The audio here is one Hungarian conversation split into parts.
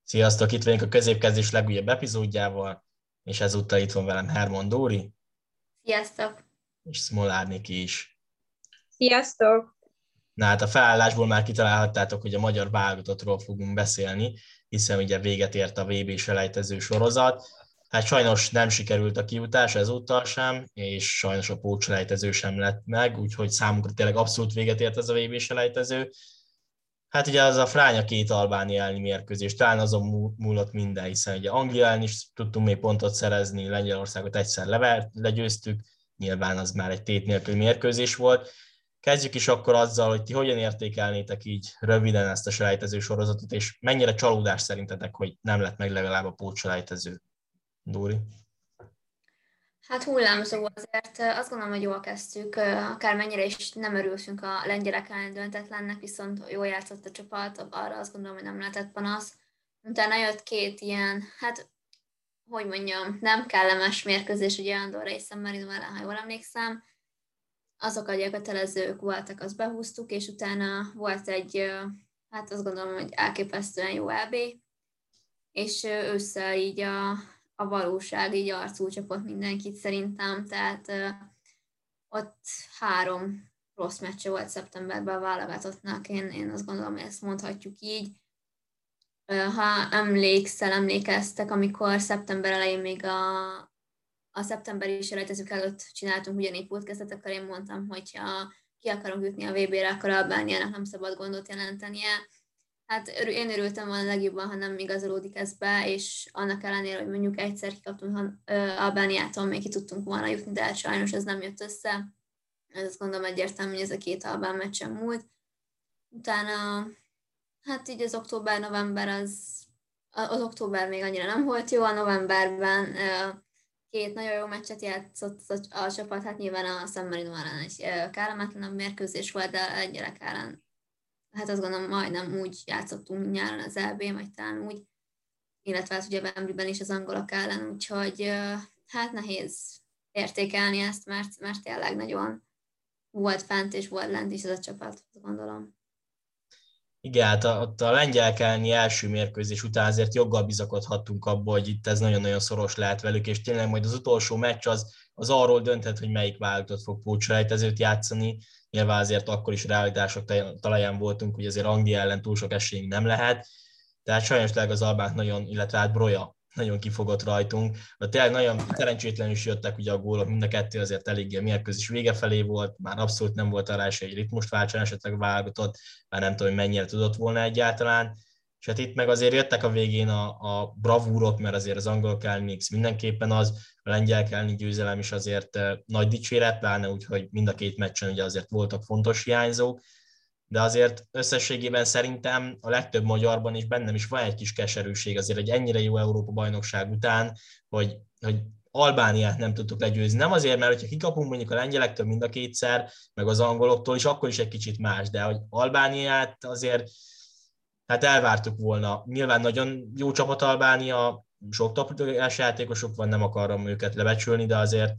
Sziasztok, itt vagyunk a Középkezdés legújabb epizódjával, és ezúttal itt van velem Hermon Dóri, Sziasztok! és Smolár Niki is. Sziasztok! Na hát a felállásból már kitalálhattátok, hogy a magyar válogatottról fogunk beszélni, hiszen ugye véget ért a VB-selejtező sorozat. Hát sajnos nem sikerült a kijutás ezúttal sem, és sajnos a pótselejtező sem lett meg, úgyhogy számunkra tényleg abszolút véget ért ez a VB-selejtező. Hát ugye az a fránya két albáni elleni mérkőzés, talán azon múlott minden, hiszen ugye Anglia ellen is tudtunk még pontot szerezni, Lengyelországot egyszer legyőztük, nyilván az már egy tét nélküli mérkőzés volt. Kezdjük is akkor azzal, hogy ti hogyan értékelnétek így röviden ezt a selejtező sorozatot, és mennyire csalódás szerintetek, hogy nem lett meg legalább a pótselejtező? Dóri? Hát hullámzó azért, azt gondolom, hogy jól kezdtük, akármennyire is nem örültünk a lengyelek ellen döntetlennek, viszont jól játszott a csapat, arra azt gondolom, hogy nem lehetett panasz. Utána jött két ilyen, hát hogy mondjam, nem kellemes mérkőzés, ugye Andorra és San Marino ellen, ha jól emlékszem. Azok a kötelezők voltak, azt behúztuk, és utána volt egy, hát azt gondolom, hogy elképesztően jó EB, és ősszel így a valóság így arcul csapott mindenkit szerintem, tehát ott 3 rossz meccse volt szeptemberben a válogatottnak, én azt gondolom, hogy ezt mondhatjuk így. Ha emlékeztek, amikor szeptember elején még a szeptemberi selejtezők előtt csináltunk ugyanígy podcastet, akkor én mondtam, hogy ha ki akarunk jutni a VB-re, akkor Albániának nem szabad gondot jelentenie. Hát én örültem volna legjobban, ha nem igazolódik ez be, és annak ellenére, hogy mondjuk egyszer kikaptunk Albániától, még ki tudtunk volna jutni, de hát sajnos ez nem jött össze. Ez azt gondolom egyértelmű, hogy ez a 2 albán meccsen múlt. Utána, hát így az október-november az október még annyira nem volt jó, a novemberben 2 nagyon jó meccset játszott a csapat, hát nyilván a San Marino ellen egy kellemetlenebb mérkőzés volt, de a lengyelek ellen hát azt gondolom, majdnem úgy játszottunk nyáron az EB, vagy talán úgy, illetve hát ugye Wembleyben is az angolok ellen, úgyhogy hát nehéz értékelni ezt, mert tényleg nagyon volt fent és volt lent is ez a csapat, azt gondolom. Igen, hát ott a lengyelek elleni első mérkőzés után azért joggal bizakodhattunk abból, hogy itt ez nagyon-nagyon szoros lehet velük, és tényleg majd az utolsó meccs az arról dönthet, hogy melyik válogatott fog pótselejtezőt játszani. Nyilván azért akkor is realitások talaján voltunk, hogy azért Anglia ellen túl sok esélyünk nem lehet. Tehát sajnos az albánk nagyon, illetve hát Broja nagyon kifogott rajtunk. De tényleg nagyon szerencsétlenül is jöttek ugye a gólok, mind a kettő azért eléggé a mérkőzés vége felé volt, már abszolút nem volt arra esély, hogy ritmust váltson esetleg válogatott, már nem tudom, hogy mennyire tudott volna egyáltalán. És hát itt meg azért jöttek a végén a bravúrok, mert azért az angolok elleni mindenképpen az, a lengyelek elleni győzelem is azért nagy dicséret, pláne úgy, hogy mind a két meccsen ugye azért voltak fontos hiányzók, de azért összességében szerintem a legtöbb magyarban is bennem is van egy kis keserűség azért egy ennyire jó Európa-bajnokság után, hogy Albániát nem tudtuk legyőzni. Nem azért, mert hogyha kikapunk mondjuk a lengyelektől mind a kétszer, meg az angoloktól is, akkor is egy kicsit más, de hogy Albániát azért hát elvártuk volna. Nyilván nagyon jó csapat Albánia, sok tapolás játékosok van, nem akarom őket lebecsülni, de azért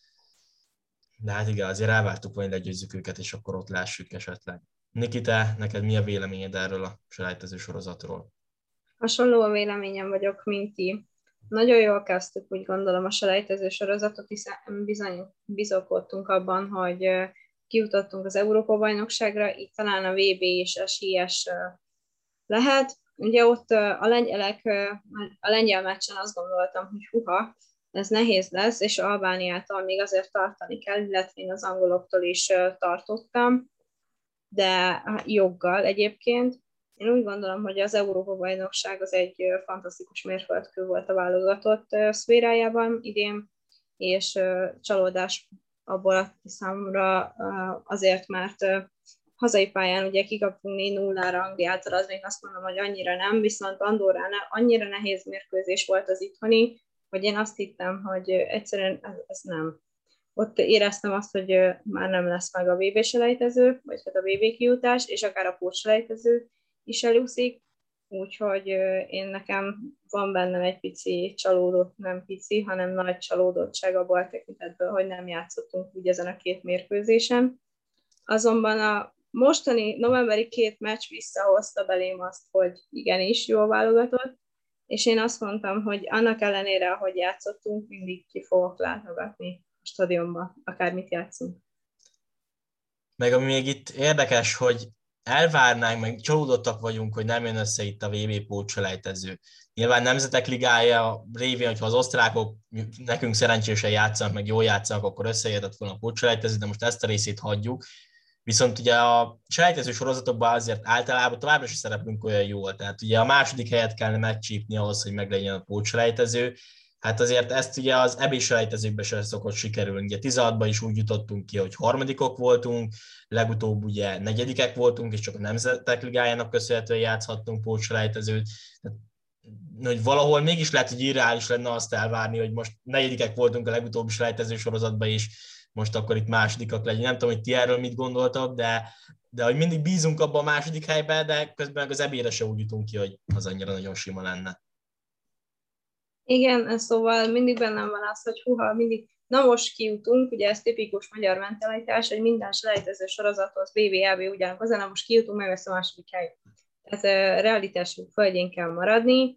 de hát igen, azért elvártuk volna, hogy legyőzzük őket, és akkor ott lássuk esetleg. Niki, te, neked mi a véleményed erről a selejtező sorozatról? Hasonló a véleményem vagyok, mint ti. Nagyon jól kezdtük, úgy gondolom, a selejtező sorozatot, hiszen bizony bizakodtunk abban, hogy kijutottunk az Európa-bajnokságra, így talán a VB is esélyes lehet. Ugye ott a lengyel meccsen azt gondoltam, hogy huha, ez nehéz lesz, és Albániától még azért tartani kell, illetve én az angoloktól is tartottam, de joggal egyébként. Én úgy gondolom, hogy az Európa-bajnokság az egy fantasztikus mérföldkő volt a válogatott szférájában idén, és csalódás abból a számomra azért, mert hazai pályán ugye kikapunk 4-0-ra Angliától, az még azt mondom, hogy annyira nem, viszont Andorránál annyira nehéz mérkőzés volt az itthoni, hogy én azt hittem, hogy egyszerűen ez nem. Ott éreztem azt, hogy már nem lesz meg a VB-selejtező, vagy hát a VB kijutás, és akár a pótselejtező is elúszik, úgyhogy nekem van bennem egy pici csalódott, nem pici, hanem nagy csalódottság abból a tekintetből, hogy nem játszottunk úgy ezen a 2 mérkőzésen. Azonban a mostani novemberi 2 meccs visszahozta belém azt, hogy igenis jól válogatott, és én azt mondtam, hogy annak ellenére, ahogy játszottunk, mindig ki fogok látogatni a stadionba, akármit játszunk. Meg ami még itt érdekes, hogy elvárnánk, meg csalódottak vagyunk, hogy nem jön össze itt a VB pótselejtező. Nyilván Nemzetek Ligája révén, hogyha az osztrákok nekünk szerencsésen játszanak, meg jól játszanak, akkor összejöhetett volna a pótselejtező, de most ezt a részét hagyjuk. Viszont ugye a selejtező sorozatokban azért általában továbbra is szereplünk olyan jól. Tehát ugye a második helyet kellene megcsípni ahhoz, hogy meglegyen a pótselejtező. Hát azért ezt ugye az EB-selejtezőkben sem szokott sikerülni. Ugye 16-ban is úgy jutottunk ki, hogy harmadikok voltunk, legutóbb ugye negyedikek voltunk, és csak a Nemzetek Ligájának köszönhetően játszhattunk pótselejtezőt. Hogy valahol mégis lehet, hogy irreális lenne azt elvárni, hogy most negyedikek voltunk a legutóbbi selejtező sorozatban is, most akkor itt másodikak legyen. Nem tudom, hogy ti erről mit gondoltok, de hogy mindig bízunk abban a második helyben, de közben az EB-re se úgy jutunk ki, hogy az annyira nagyon sima lenne. Igen, szóval mindig bennem van az, hogy húha, mindig, na most kijutunk, ugye ez tipikus magyar mentalitás, hogy minden selejtező sorozathoz BB-EB ugyanaz, na most kijutunk, megvesz a második helyet. Tehát realitásunk földjén kell maradni.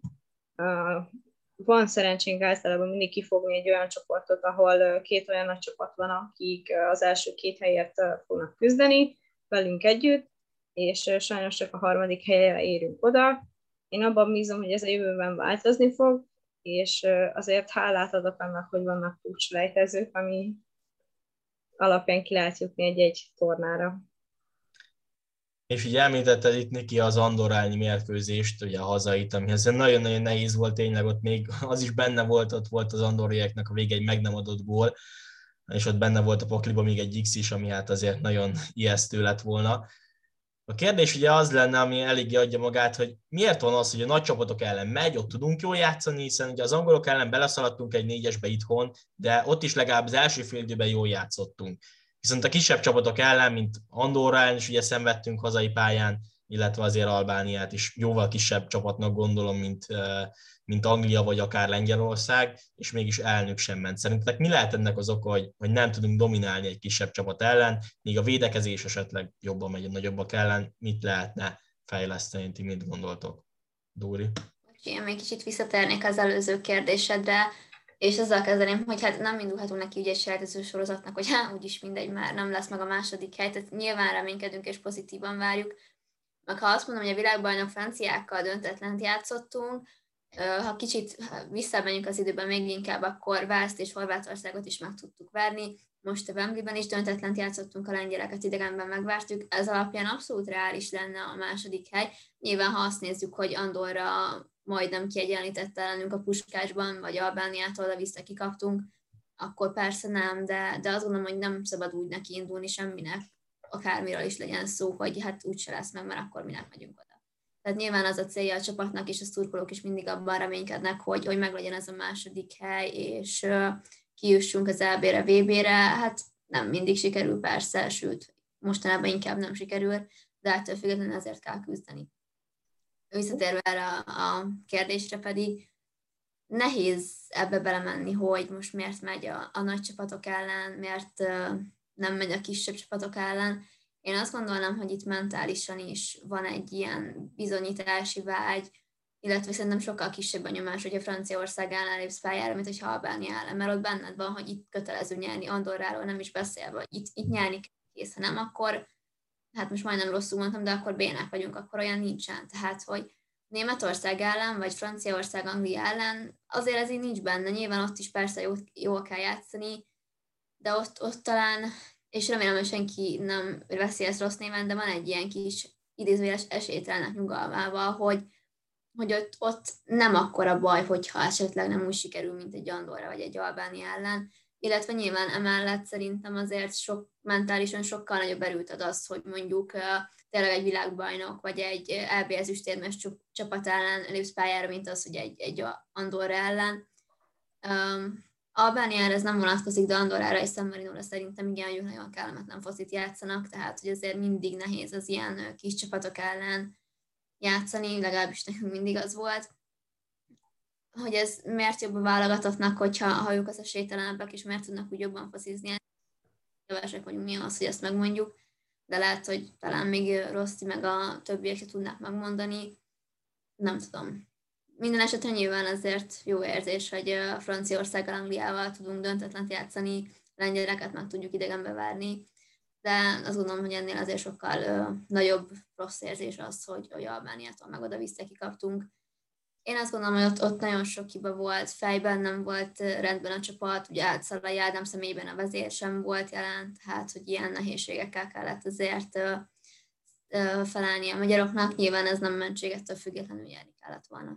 Van szerencsénk általában mindig kifogni egy olyan csoportot, ahol két olyan nagy csapat van, akik az első két helyért fognak küzdeni velünk együtt, és sajnos csak a harmadik helyre érünk oda. Én abban bízom, hogy ez a jövőben változni fog, és azért hálát adok annak, hogy vannak pótselejtezők, ami alapján ki lehet jutni egy-egy tornára. És így említetted itt, Niki, az Andorra elleni mérkőzést, ugye a hazait, amihez nagyon-nagyon nehéz volt tényleg, ott még az is benne volt, ott volt az andorrieknek a vége egy meg nem adott gól, és ott benne volt a pakliban még egy X is, ami hát azért nagyon ijesztő lett volna. A kérdés ugye az lenne, ami eléggé adja magát, hogy miért van az, hogy a nagy csapatok ellen megy, ott tudunk jól játszani, hiszen ugye az angolok ellen beleszaladtunk egy 4-esbe itthon, de ott is legalább az első fél időben jól játszottunk. Viszont a kisebb csapatok ellen, mint Andorra ellen is ugye szenvedtünk hazai pályán, illetve azért Albániát is jóval kisebb csapatnak gondolom, mint Anglia vagy akár Lengyelország, és mégis elnök sem ment. Szerintetek mi lehet ennek az oka, hogy nem tudunk dominálni egy kisebb csapat ellen, míg a védekezés esetleg jobban megy a nagyobbak ellen, mit lehetne fejleszteni, ti mit gondoltok? Dóri? Én még kicsit visszatérnék az előző kérdésedre, és azzal kezdeném, hogy hát nem indulhatunk neki ugye egy selejtező sorozatnak, hogy úgyis mindegy, már nem lesz meg a második hely, tehát nyilván reménykedünk és pozitívan várjuk. Meg ha azt mondom, hogy a világbajnok franciákkal döntetlent játszottunk, ha kicsit visszamegyünk az időben még inkább, akkor Walest és Horvátországot is meg tudtuk várni. Most a Wembleyben is döntetlent játszottunk, a lengyeleket idegenben megvártuk. Ez alapján abszolút reális lenne a második hely. Nyilván, ha azt nézzük, hogy Andorra majdnem kiegyenlítette ellenünk a Puskásban, vagy Albániától de vissza kikaptunk, akkor persze nem, de azt gondolom, hogy nem szabad úgy neki indulni semminek, akármiről is legyen szó, hogy hát úgyse lesz meg, mert akkor minek megyünk oda. Tehát nyilván az a célja a csapatnak, és a szurkolók is mindig abban reménykednek, hogy meglegyen ez a második hely, és kijussunk az EB-re, VB-re. Hát nem mindig sikerül persze, sőt, mostanában inkább nem sikerül, de ettől függetlenül ezért kell küzdeni. Visszatérve erre a kérdésre pedig, nehéz ebbe belemenni, hogy most miért megy a nagy csapatok ellen, miért nem megy a kisebb csapatok ellen. Én azt gondolom, hogy itt mentálisan is van egy ilyen bizonyítási vágy, illetve szerintem sokkal kisebb a nyomás, hogy a Franciaország ellen lépsz pályára, mint hogyha Albánia ellen, mert ott benned van, hogy itt kötelező nyerni, Andorráról nem is beszélve, hogy itt nyerni kész, ha nem, akkor, hát most majdnem rosszul mondtam, de akkor bénák vagyunk, akkor olyan nincsen. Tehát, hogy Németország ellen, vagy Franciaország, Anglia ellen, azért ez így nincs benne, nyilván ott is persze jól kell játszani, de ott talán, és remélem, hogy senki nem veszi ezt rossz néven, de van egy ilyen kis idézőjeles esélytelenek nyugalmával, hogy ott nem akkora baj, hogyha esetleg nem úgy sikerül, mint egy Andorra vagy egy Albánia ellen, illetve nyilván emellett szerintem azért mentálisan sokkal nagyobb erőt ad az, hogy mondjuk tényleg egy világbajnok, vagy egy EB ezüstérmes csapat ellen lépsz pályára, mint az, hogy egy Andorra ellen. Albániára ez nem vonatkozik, de Andorrára és San Marinóra szerintem igen, hogy nagyon kellemetlen focit játszanak, tehát hogy azért mindig nehéz az ilyen kis csapatok ellen játszani, legalábbis nekünk mindig az volt. Hogy ez miért jobb a válogatottnak, hogyha ők az esélytelenebbek, és miért tudnak úgy jobban focizni. Kevesek vagyunk mi az, hogy ezt megmondjuk, de lehet, hogy talán még Rossi meg a többiek se tudnák megmondani. Nem tudom. minden esetre nyilván azért jó érzés, hogy Franciaországgal, Angliával tudunk döntetlent játszani, lengyeleket meg tudjuk idegenbe várni, de azt gondolom, hogy ennél azért sokkal nagyobb rossz érzés az, hogy Albániától meg oda-vissza kikaptunk. Én azt gondolom, hogy ott nagyon sok hiba volt, fejben nem volt rendben a csapat, ugye Szalai Ádám személyében a vezér sem volt jelen, tehát hogy ilyen nehézségekkel kellett azért felállni a magyaroknak, nyilván ez nem mentség, ettől függetlenül járni kellett volna.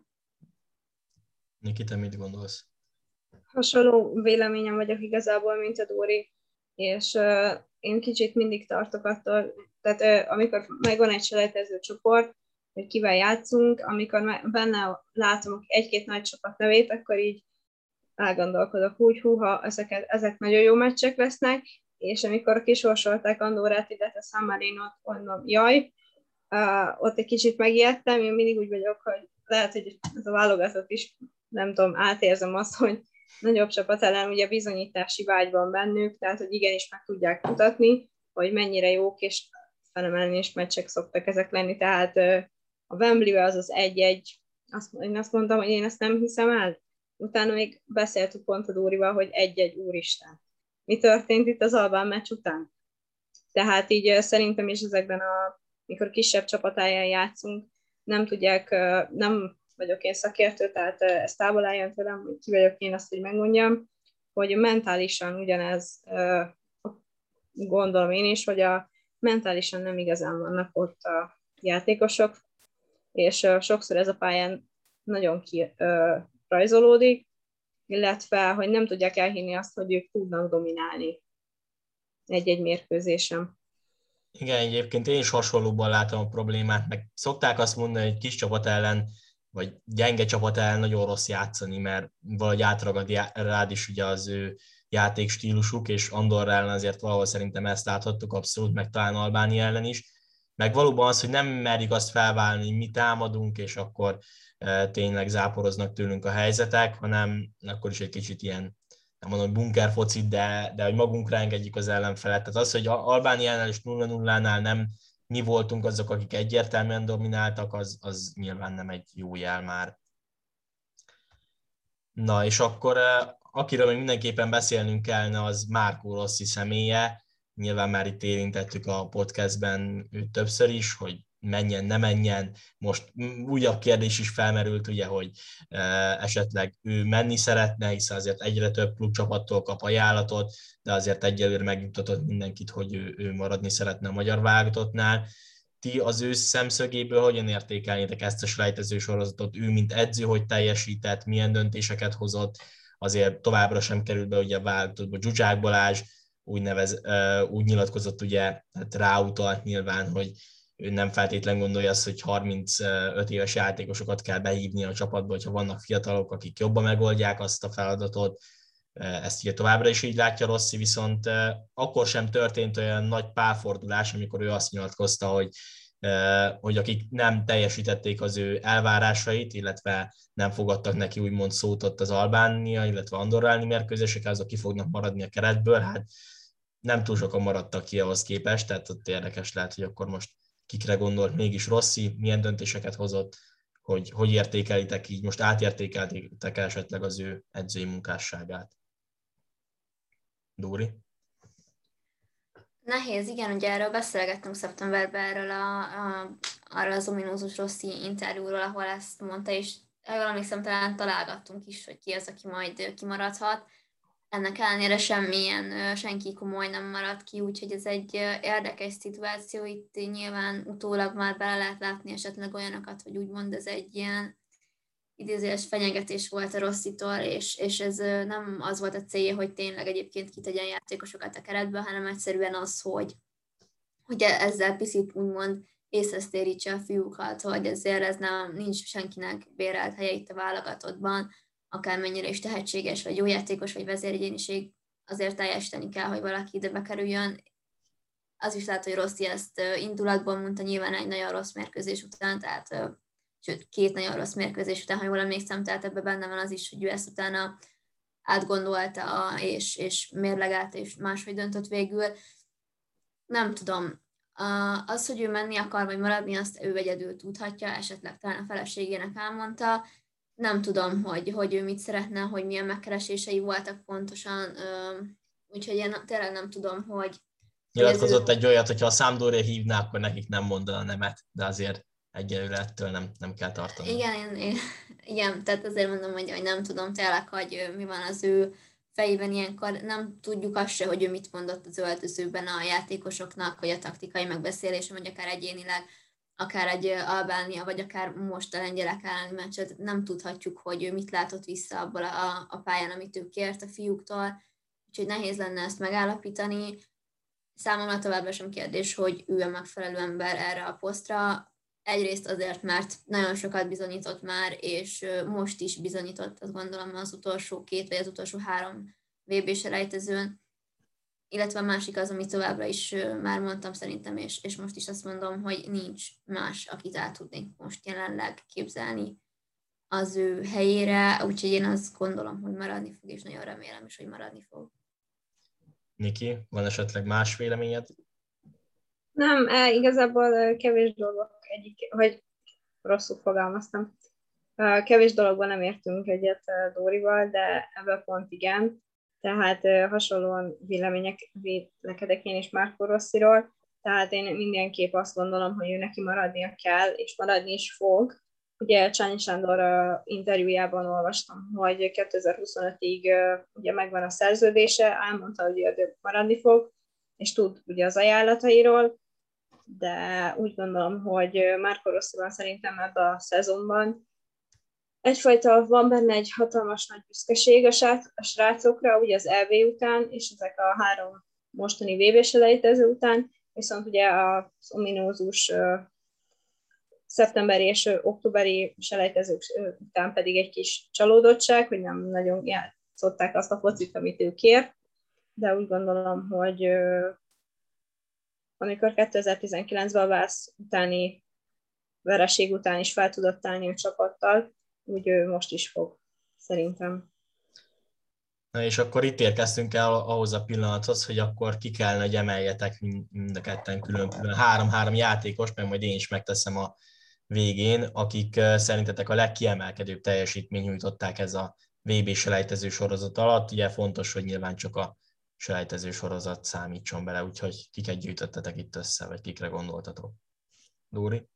Niki, te mit gondolsz? Hasonló véleményem vagyok igazából, mint a Dóri, és én kicsit mindig tartok attól, tehát amikor megvan egy selejtező csoport, hogy kivel játszunk, amikor benne látom egy-két nagy csapat nevét, akkor így elgondolkodok úgy, húha, ezek nagyon jó meccsek lesznek, és amikor kisorsolták Andorrát, illetve San Marinot, mondom, jaj, ott egy kicsit megijedtem, én mindig úgy vagyok, hogy lehet, hogy ez a válogatott is, nem tudom, átérzem azt, hogy nagyobb csapat ellen ugye bizonyítási vágy van bennük, tehát hogy igenis meg tudják mutatni, hogy mennyire jók, és felemelni is meccsek szoktak ezek lenni, tehát a Wembley az az 1-1, én azt mondtam, hogy én ezt nem hiszem el. Utána még beszéltük pont a Dórival, hogy 1-1, úristen. Mi történt itt az albán meccs után? Tehát így szerintem is ezekben mikor kisebb csapatáján játszunk, nem tudják, nem vagyok én szakértő, tehát ez távol álljon tőlem, hogy ki vagyok én azt, hogy megmondjam, hogy mentálisan ugyanez, gondolom én is, hogy mentálisan nem igazán vannak ott a játékosok, és sokszor ez a pályán nagyon kirajzolódik, illetve, hogy nem tudják elhinni azt, hogy ők tudnak dominálni egy-egy mérkőzésen. Igen, egyébként én is hasonlóban látom a problémát, meg szokták azt mondani, hogy kis csapat ellen, vagy gyenge csapat ellen nagyon rossz játszani, mert valahogy átragad rád is ugye az ő játékstílusuk, és Andorra ellen azért valahol szerintem ezt láthattuk abszolút, meg talán Albánia ellen is. Meg valóban az, hogy nem merjük azt felválni, hogy mi támadunk, és akkor tényleg záporoznak tőlünk a helyzetek, hanem akkor is egy kicsit ilyen, nem mondom, hogy bunkerfocit, de hogy magunkra engedjük az ellenfelet. Tehát az, hogy Albániánál és 0-0-nál nem mi voltunk azok, akik egyértelműen domináltak, az nyilván nem egy jó jel már. Na, és akkor akiről még mindenképpen beszélnünk kellene, az Marco Rossi személye. Nyilván már itt érintettük a podcastben őt többször is, hogy menjen, ne menjen. Most újabb kérdés is felmerült, ugye, hogy esetleg ő menni szeretne, hiszen azért egyre több klubcsapattól kap ajánlatot, de azért egyelőre megnyugtatott mindenkit, hogy ő maradni szeretne a magyar válogatottnál. Ti az ő szemszögéből hogyan értékelnétek ezt a selejtező sorozatot? Ő, mint edző, hogy teljesített, milyen döntéseket hozott, azért továbbra sem került be ugye a válogatottba Zsuzsák Balázs, úgy nyilatkozott, ugye, hát ráutalt nyilván, hogy ő nem feltétlenül gondolja azt, hogy 35 éves játékosokat kell behívni a csapatba, hogyha vannak fiatalok, akik jobban megoldják azt a feladatot. Ezt ugye továbbra is így látja Rossi, viszont akkor sem történt olyan nagy pálfordulás, amikor ő azt nyilatkozta, hogy akik nem teljesítették az ő elvárásait, illetve nem fogadtak neki úgymond szót ott az Albánia, illetve Andorra elleni mérkőzések, azok ki fognak maradni a keretből. Hát nem túl sokan maradtak ki ahhoz képest, tehát ott érdekes lehet, hogy akkor most kikre gondolt mégis Rossi, milyen döntéseket hozott, hogy értékelitek így, most átértékelték esetleg az ő edzői munkásságát. Dóri? Nehéz, igen, ugye erről beszélgettünk szeptemberben, arról az ominózus Rossi interjúról, ahol ezt mondta, és jól emlékszem, talán találgattunk is, hogy ki az, aki majd kimaradhat. Ennek ellenére senki komoly nem maradt ki, úgyhogy ez egy érdekes szituáció. Itt nyilván utólag már bele lehet látni esetleg olyanokat, hogy úgymond ez egy ilyen idézőjeles fenyegetés volt a Rosszitól, és ez nem az volt a célja, hogy tényleg egyébként kitegyen játékosokat a keretből, hanem egyszerűen az, hogy ezzel picit úgymond észhez térítse a fiúkat, hogy ezért ez nincs senkinek bérelt helye itt a válogatottban, akármennyire is tehetséges, vagy jó játékos, vagy vezéregyéniség, azért teljesíteni kell, hogy valaki ide bekerüljön. Az is lehet, hogy Rossi ezt indulatban mondta, nyilván egy nagyon rossz mérkőzés után, tehát sőt, 2 nagyon rossz mérkőzés után, ha jól emlékszem, tehát ebben benne van az is, hogy ő ezt utána átgondolta, és mérlegelte, és máshogy döntött végül. Nem tudom. Az, hogy ő menni akar, vagy maradni, azt ő egyedül tudhatja, esetleg talán a feleségének elmondta. nem tudom, hogy ő mit szeretne, hogy milyen megkeresései voltak pontosan, úgyhogy én tényleg nem tudom, hogy ez ő... Nyilatkozott egy olyat, hogyha a Sampdoria hívná, akkor nekik nem mondana nemet, de azért egyelőre ettől nem kell tartani. Igen, tehát azért mondom, hogy nem tudom tényleg, hogy mi van az ő fejében ilyenkor. Nem tudjuk azt se, hogy ő mit mondott az öltözőben a játékosoknak, vagy a taktikai megbeszélésen, vagy akár egyénileg, akár egy Albánia, vagy akár most a lengyelek elleni meccset. Nem tudhatjuk, hogy ő mit látott vissza abból a pályán, amit ő kért a fiúktól. Úgyhogy nehéz lenne ezt megállapítani. Számomra továbbra sem kérdés, hogy ő a megfelelő ember erre a posztra. Egyrészt azért, mert nagyon sokat bizonyított már, és most is bizonyított, azt gondolom, az utolsó 2 vagy az utolsó 3 VB-selejtezőn. Illetve a másik az, amit továbbra is már mondtam szerintem, és most is azt mondom, hogy nincs más, akit el tudnék most jelenleg képzelni az ő helyére, úgyhogy én azt gondolom, hogy maradni fog, és nagyon remélem is, hogy maradni fog. Niki, van esetleg más véleményed? Nem, igazából kevés dolog vagy rosszul fogalmaztam. Kevés dologban nem értünk egyet Dórival, de ebben pont igen. Tehát hasonlóan vélekedek én is Marco Rossiról. Tehát én mindenképp azt gondolom, hogy ő neki maradnia kell, és maradni is fog. Ugye Csányi Sándor interjújában olvastam, hogy 2025-ig ugye megvan a szerződése, elmondta, hogy ő maradni fog, és tud ugye az ajánlatairól, de úgy gondolom, hogy Marco Rossival szerintem ebben a szezonban van benne egy hatalmas nagy büszkeség a srácokra, ugye az EB után, és ezek a 3 mostani VB-selejtező után, viszont ugye az ominózus szeptemberi és októberi selejtezők után pedig egy kis csalódottság, hogy nem nagyon játszották azt a focit, amit ő kért, de úgy gondolom, hogy amikor 2019-ben a Vász utáni vereség után is fel tudott állni a csapattal, úgy ő most is fog, szerintem. Na és akkor itt érkeztünk el ahhoz a pillanathoz, hogy akkor ki kellene, hogy emeljetek mind a ketten külön-külön 3-3 játékos, meg majd én is megteszem a végén, akik szerintetek a legkiemelkedőbb teljesítményt nyújtották ez a VB selejtező sorozat alatt. Ugye fontos, hogy nyilván csak a selejtező sorozat számítson bele, úgyhogy kiket gyűjtöttetek itt össze, vagy kikre gondoltatok? Dóri?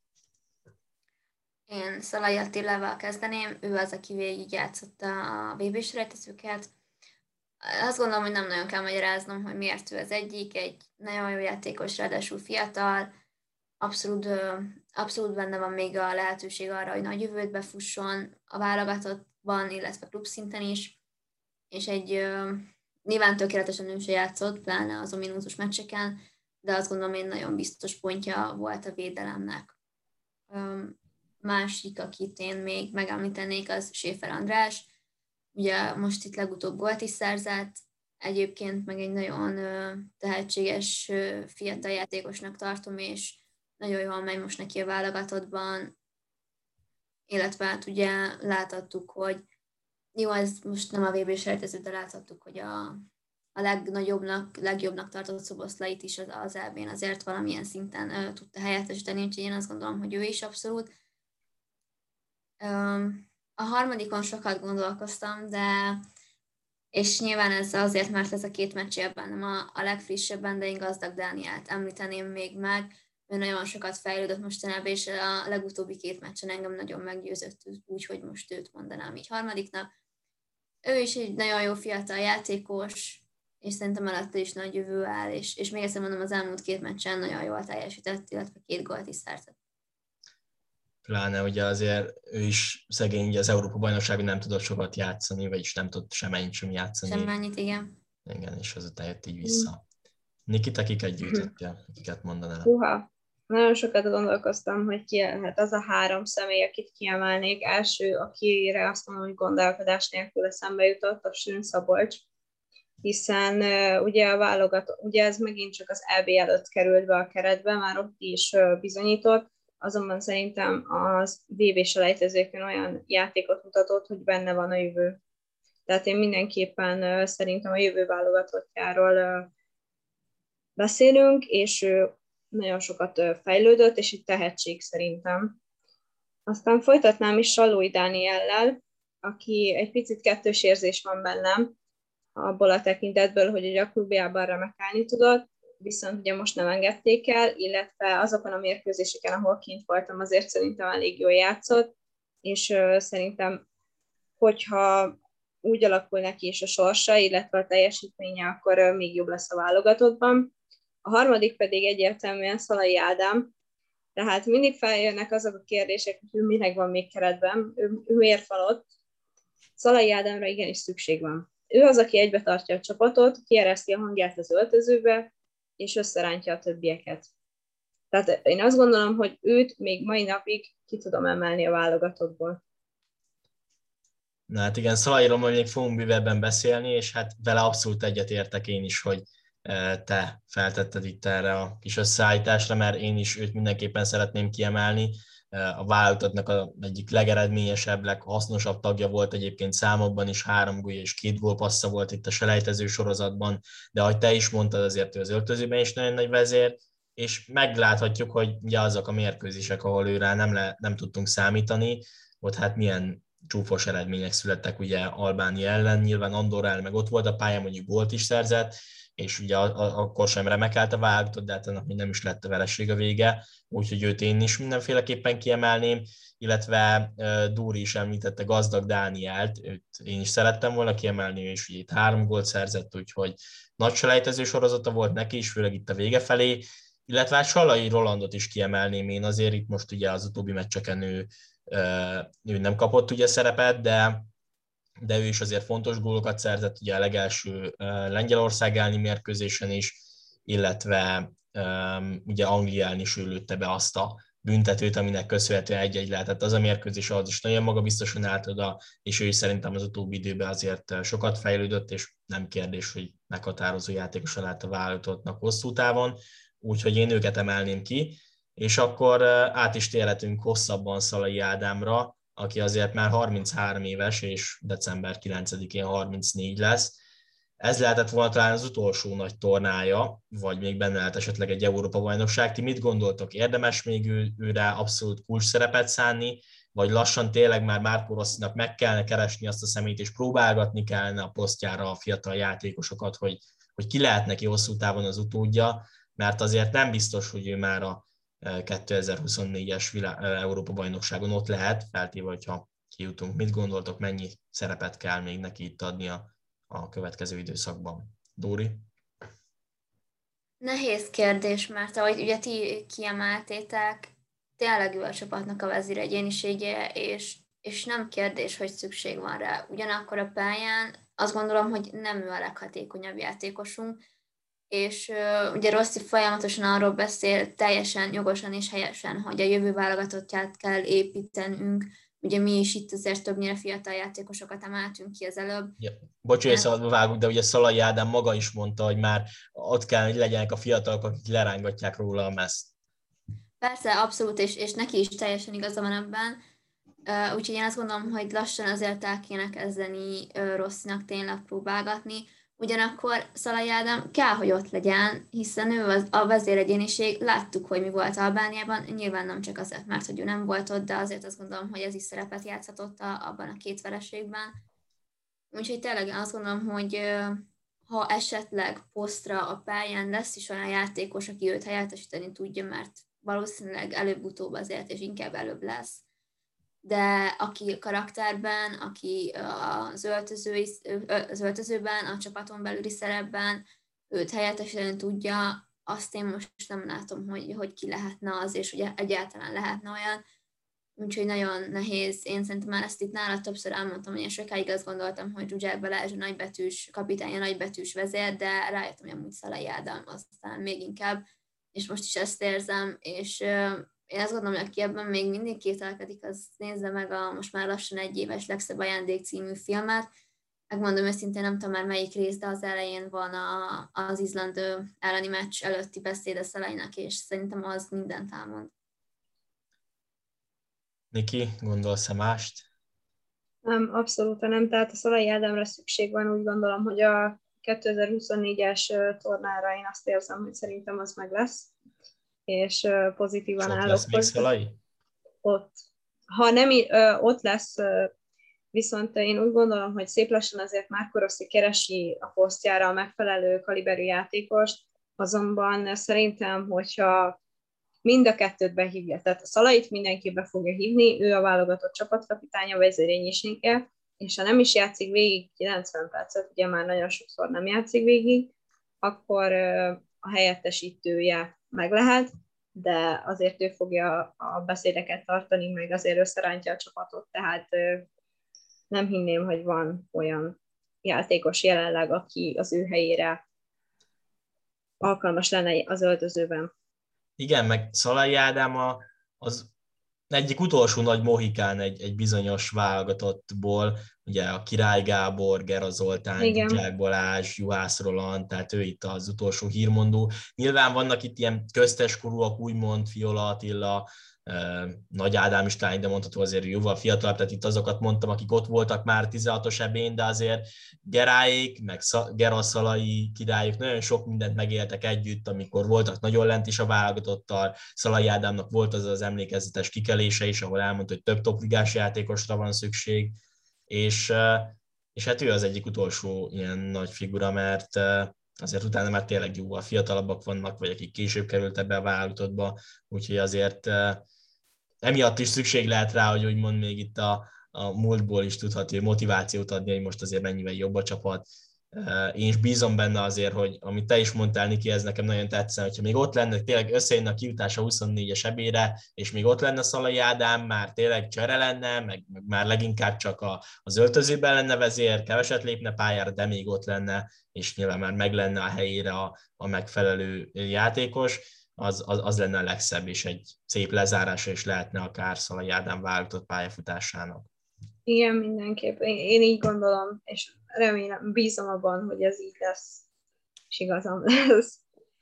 Én Szalai Attilával kezdeném, ő az, aki végigjátszotta a VB-selejtezőket. Azt gondolom, hogy nem nagyon kell magyaráznom, hogy miért ő az egyik, egy nagyon jó játékos, ráadásul fiatal, abszolút benne van még a lehetőség arra, hogy nagy jövőt befusson a válogatottban, illetve klubszinten is, és nyilván tökéletesen ő se játszott, pláne az ominózus meccseken, de azt gondolom, hogy nagyon biztos pontja volt a védelemnek. Másik, akit én még megemlítenék, az Schäfer András. Ugye most itt legutóbb gólt is szerzett, egyébként meg egy nagyon tehetséges fiatal játékosnak tartom, és nagyon jól megy most neki a válogatottban, illetve hát ugye láthattuk, hogy jó, ez most nem a VB-selejtező, de láthattuk, hogy a legjobbnak tartott Szoboszlait is az EB-n azért valamilyen szinten tudta helyettesíteni, úgyhogy én azt gondolom, hogy ő is abszolút. A harmadikon sokat gondolkoztam, és nyilván ez azért, mert ez a 2 meccsében nem a legfrissebben, de én Gazdag Dánielt említeném még meg. Ő nagyon sokat fejlődött mostanában, és a legutóbbi 2 meccsen engem nagyon meggyőzött, úgyhogy most őt mondanám így harmadiknak. Ő is egy nagyon jó fiatal játékos, és szerintem alatt is nagy jövő áll, és még egyszer mondom, az elmúlt 2 meccsen nagyon jól teljesített, illetve 2 gólt is szerzett. Pláne ugye azért ő is szegény, ugye az Európa-bajnokságon nem tudott sokat játszani, vagyis nem tudott semennyit sem játszani. Semmennyit, igen. Igen, és azután jött így vissza. Nikita, kiket gyűjtöttél? Kiket mondanál? Nagyon sokat gondolkoztam, hogy ki lehet az a 3 személy, akit kiemelnék. Első, akire azt mondom, hogy gondolkodás nélkül eszembe jutott, a Sün Szabolcs, hiszen ugye a ugye ez megint csak az EB előtt került be a keretbe, már ott is bizonyított, azonban szerintem az VB-selejtezőkön olyan játékot mutatott, hogy benne van a jövő. Tehát én mindenképpen szerintem a jövő válogatottjáról beszélünk, és nagyon sokat fejlődött, és itt tehetség szerintem. Aztán folytatnám is Sallói Dániellel, aki egy picit kettős érzés van bennem, abból a tekintetből, hogy a klubjában remekálni tudott, viszont ugye most nem engedték el, illetve azokon a mérkőzéseken, ahol kint voltam, azért szerintem elég jól játszott, és szerintem, hogyha úgy alakul neki is a sorsa, illetve a teljesítménye, akkor még jobb lesz a válogatottban. A harmadik pedig egyértelműen Szalai Ádám, tehát mindig feljönnek azok a kérdések, hogy ő minek van még keretben, ő miért van ott. Szalai Ádámra igenis szükség van. Ő az, aki egybe tartja a csapatot, kiereszti a hangját az öltözőbe, és összerántja a többieket. Tehát én azt gondolom, hogy őt még mai napig ki tudom emelni a válogatottból. Na hát igen, Szalairól majd még fogunk bővebben beszélni, és hát vele abszolút egyetértek én is, hogy te feltetted itt erre a kis összeállításra, mert én is őt mindenképpen szeretném kiemelni. A válogatottnak a egyik legeredményesebb, leghasznosabb tagja volt egyébként számokban is, 3 gólya és 2 gólpassza volt itt a selejtező sorozatban, de ahogy te is mondtad, azért ő az öltözőben is nagyon nagy vezér, és megláthatjuk, hogy ugye azok a mérkőzések, ahol őrá nem tudtunk számítani, ott hát milyen csúfos eredmények születtek ugye Albánia ellen, nyilván Andorra ellen meg ott volt a pályán, mondjuk gólt is szerzett, és ugye akkor sem remekelt a válogatott, de hát annak még nem is lett a vereség a vége, úgyhogy őt én is mindenféleképpen kiemelném, illetve Dúri is említette Gazdag Dánielt, őt én is szerettem volna kiemelni, és ugye itt 3 gólt szerzett, úgyhogy nagy selejtező sorozata volt neki is, főleg itt a vége felé, illetve hát Salai Rolandot is kiemelném én, azért itt most ugye az utóbbi meccseken ő nem kapott ugye szerepet, de ő is azért fontos gólokat szerzett, ugye a legelső Lengyelország elleni mérkőzésen is, illetve ugye Anglia ellen is ő lőtte be azt a büntetőt, aminek köszönhetően 1-1 lehetett az a mérkőzés, az is nagyon magabiztosan állt oda, és ő is szerintem az utóbbi időben azért sokat fejlődött, és nem kérdés, hogy meghatározó játékosa lett a válogatottnak hosszú távon, úgyhogy én őket emelném ki, és akkor át is térhetünk hosszabban Szalai Ádámra, aki azért már 33 éves, és december 9-én 34 lesz. Ez lehetett volna talán az utolsó nagy tornája, vagy még benne lehet esetleg egy Európa-bajnokság. Ti mit gondoltok? Érdemes még őre abszolút kulcs szerepet szánni, vagy lassan tényleg már Marco Rossinak meg kellene keresni azt a személyt, és próbálgatni kellene a posztjára a fiatal játékosokat, hogy ki lehet neki hosszú távon az utódja, mert azért nem biztos, hogy ő már a 2024-es Európa-bajnokságon ott lehet, feltéve, hogyha kijutunk. Mit gondoltok, mennyi szerepet kell még neki itt adni a következő időszakban? Dóri? Nehéz kérdés, mert ahogy ugye ti kiemeltétek, tényleg ő a csapatnak a vezéregyénisége, és nem kérdés, hogy szükség van rá. Ugyanakkor a pályán azt gondolom, hogy nem ő a leghatékonyabb játékosunk, és ugye Rossi folyamatosan arról beszél teljesen jogosan és helyesen, hogy a jövő válogatottját kell építenünk. Ugye mi is itt azért többnyire fiatal játékosokat emeltünk ki az előbb. Ja. Bocsánat, szabadba vágunk, de ugye Szalai Ádám maga is mondta, hogy már ott kell, hogy legyenek a fiatalok, akik lerángatják róla a mezt. Persze, abszolút, és neki is teljesen igaza van ebben. Úgyhogy én azt gondolom, hogy lassan azért el kéne kezdeni Rossinak tényleg próbálgatni. Ugyanakkor Szalai Ádám kell, hogy ott legyen, hiszen ő a vezéregyéniség, láttuk, hogy mi volt Albániában, nyilván nem csak azért, mert hogy ő nem volt ott, de azért azt gondolom, hogy ez is szerepet játszhatott abban a 2 vereségben. Úgyhogy tényleg én azt gondolom, hogy ha esetleg posztra a pályán lesz is olyan játékos, aki őt helyettesíteni tudja, mert valószínűleg előbb-utóbb azért, és inkább előbb lesz, de aki karakterben, aki az öltözőben, a csapaton belüli szerepben őt helyettesíteni tudja, azt én most nem látom, hogy ki lehetne az, és ugye egyáltalán lehetne olyan. Úgyhogy nagyon nehéz. Én szerintem már ezt itt nála többször elmondtam, hogy én sokáig azt gondoltam, hogy Zsuzsák Balázs a nagybetűs kapitány, a nagybetűs vezér, de rájöttem, hogy amúgy Szalai Ádám aztán még inkább, és most is ezt érzem, és én azt gondolom, hogy aki ebben még mindig kételkedik, az nézze meg a most már lassan 1 éves Legszebb ajándék című filmet. Megmondom őszintén, nem tudom már melyik rész, de az elején van az Izland elleni meccs előtti beszéde Szalainak, és szerintem az mindent elmond. Niki, gondolsz-e mást? Nem, abszolút nem. Tehát a Szalai Ádámra szükség van, úgy gondolom, hogy a 2024-es tornára én azt érzem, hogy szerintem az meg lesz, és pozitívan Sok állok lesz még Szalai? ott. Ha nem ott lesz Viszont én úgy gondolom, hogy szép lassan azért Marco Rossi keresi a posztjára a megfelelő kaliberű játékost, azonban szerintem, hogyha mind a kettőt behívja, tehát a Szalait mindenki be fogja hívni, ő a válogatott csapatkapitánya, vezérényisnike, és ha nem is játszik végig 90 percet, ugye már nagyon sokszor nem játszik végig, akkor a helyettesítője meg lehet, de azért ő fogja a beszédeket tartani, meg azért összerántja a csapatot, tehát nem hinném, hogy van olyan játékos jelenleg, aki az ő helyére alkalmas lenne az öltözőben. Igen, meg Szalai Ádám az egyik utolsó nagy mohikán egy bizonyos válogatottból, ugye a Király Gábor, Gera Zoltán, Gyurcsák Balázs, Juhász Roland, tehát ő itt az utolsó hírmondó. Nyilván vannak itt ilyen közteskorúak, úgymond Fiola Attila, Nagy Ádám is talán, de mondható azért jóval fiatalabb, tehát itt azokat mondtam, akik ott voltak már 16-os ebén, de azért Geráék, meg Gera Szalai királyok nagyon sok mindent megéltek együtt, amikor voltak nagyon lent is a válogatottal. Szalai Ádámnak volt az emlékezetes kikelése is, ahol elmondta, hogy több topligás játékosra van szükség, és hát ő az egyik utolsó ilyen nagy figura, mert azért utána már tényleg jóval fiatalabbak vannak, vagy akik később került ebbe a válogatottba, úgyhogy azért emiatt is szükség lehet rá, hogy úgymond még itt a múltból is tudható, hogy motivációt adni, hogy most azért mennyivel jobb a csapat. Én is bízom benne azért, hogy amit te is mondtál, Niki, ez nekem nagyon tetszene, hogyha még ott lenne, tényleg összejönne a kijutás a 24-es ebére, és még ott lenne Szalai Ádám, már tényleg csere lenne, meg már leginkább csak az öltözőben lenne vezér, keveset lépne pályára, de még ott lenne, és nyilván már meg lenne a helyére a megfelelő játékos, az lenne a legszebb, és egy szép lezárása is lehetne akár Szalai Ádám válogatott pályafutásának. Igen, mindenképp. Én így gondolom, és remélem, bízom abban, hogy ez így lesz, és igazam lesz.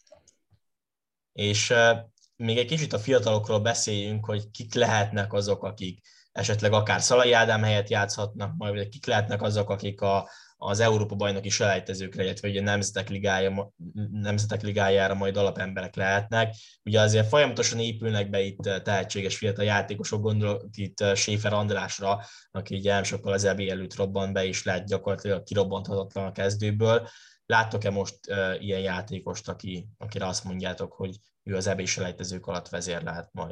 És még egy kicsit a fiatalokról beszéljünk, hogy kik lehetnek azok, akik esetleg akár Szalai Ádám helyett játszhatnak, majd vagy kik lehetnek azok, akik az Európa-bajnoki selejtezőkre, illetve ugye nemzetek ligájára majd alapemberek lehetnek. Ugye azért folyamatosan épülnek be itt tehetséges fiatal játékosok, gondolok itt Schäfer Andrásra, aki ugye nem sokkal az EB előtt robban be, és lett gyakorlatilag kirobbanthatatlan a kezdőből. Láttok-e most ilyen játékost, akire azt mondjátok, hogy ő az EB selejtezők alatt vezér lehet majd?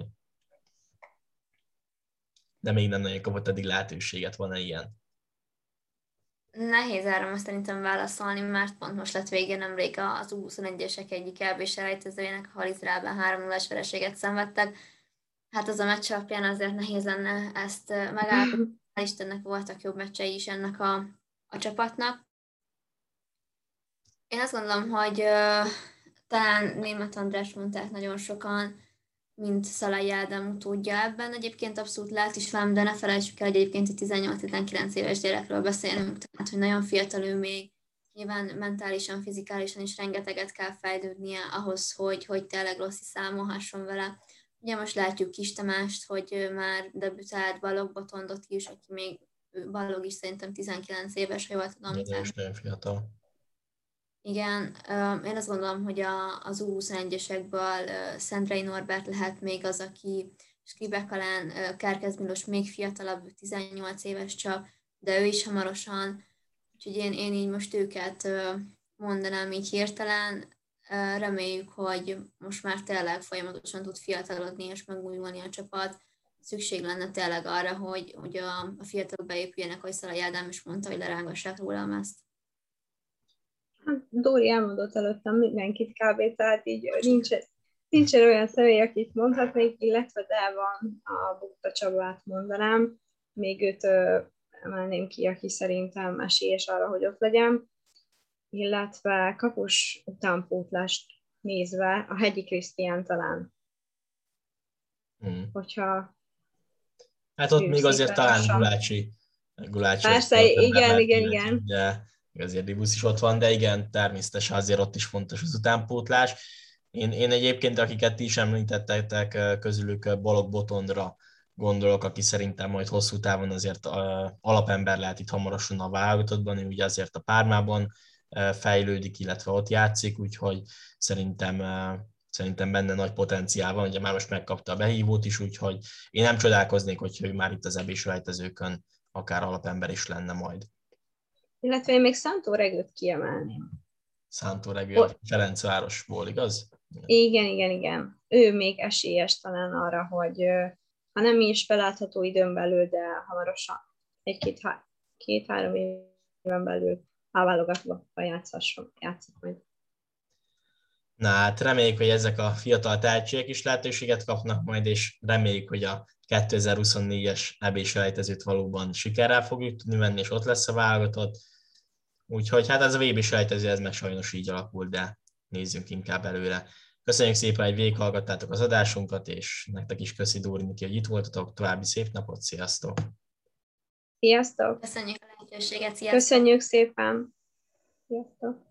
De még nem nagyon kapott eddig lehetőséget, van-e ilyen? Nehéz erre most szerintem válaszolni, mert pont most lett vége nemrég az U21-esek egyik EB selejtezőjének, ahol Izraelben 3-0-es vereséget szenvedtek. Hát az a meccs alapján azért nehéz lenne ezt megállapítani. Hál' Istennek voltak jobb meccsei is ennek a csapatnak. Én azt gondolom, hogy talán Németh András mondták nagyon sokan, mint Szalai Ádám utódja ebben. Egyébként abszolút lehet is velem, de ne felejtsük el, hogy egyébként egy 18-19 éves gyerekről beszélünk, tehát hogy nagyon fiatal ő még, nyilván mentálisan, fizikálisan is rengeteget kell fejlődnie ahhoz, hogy tényleg Rossi számolhasson vele. Ugye most látjuk Kis Tamást, hogy már debütált, Balogh Botondot is, aki még Balogh is szerintem 19 éves, ha jól tudom. És nagyon fiatal. Igen, én azt gondolom, hogy az U21-esekből Szendrei Norbert lehet még az, aki Skribek alán, Kerkez Milos még fiatalabb, 18 éves csak, de ő is hamarosan, úgyhogy én így most őket mondanám így hirtelen. Reméljük, hogy most már tényleg folyamatosan tud fiatalodni és megújulni a csapat. Szükség lenne tényleg arra, hogy a fiatalok beépüljenek, ahogy Szalai Ádám is mondta, hogy lerángassák rólam ezt. Dóri elmondott előttem mindenkit kb. Tehát így nincsen olyan személy, akit mondhatnék, illetve de van a Bukta Csabát mondanám. Még őt emelném ki, aki szerintem esélyes arra, hogy ott legyen. Illetve kapus utánpótlást nézve a Hegyi Krisztián talán. Hogyha hát ott még azért talán Gulácsi. Persze, igen. De azért Dibusz is ott van, de igen, természetesen azért ott is fontos az utánpótlás. Én egyébként, akiket ti is említettek, közülük Balogh Botondra gondolok, aki szerintem majd hosszú távon azért alapember lehet itt hamarosan a válogatottban, ő ugye azért a Pármában fejlődik, illetve ott játszik, úgyhogy szerintem szerintem benne nagy potenciál van, ugye már most megkapta a behívót is, úgyhogy én nem csodálkoznék, hogyha ő már itt az EB-selejtezőkön akár alapember is lenne majd. Illetve én még Szántó Regőt kiemelném. Szántó Regő a Ferencvárosból, igaz? Igen. Ő még esélyes talán arra, hogy ha nem is belátható időn belül, de hamarosan két-három éven belül válogatva játszik majd. Na hát reméljük, hogy ezek a fiatal tehetségek is lehetőséget kapnak majd, és reméljük, hogy a 2024-es EB-selejtezőt valóban sikerrel fogjuk tudni venni, és ott lesz a válogatott. Úgyhogy hát ez a VB-selejtező, ez meg sajnos így alakul, de nézzünk inkább előre. Köszönjük szépen, hogy végighallgattátok az adásunkat, és nektek is köszi Dóriniki, hogy itt voltatok. További szép napot, sziasztok! Sziasztok! Köszönjük a lehetőséget, sziasztok! Köszönjük szépen! Sziasztok!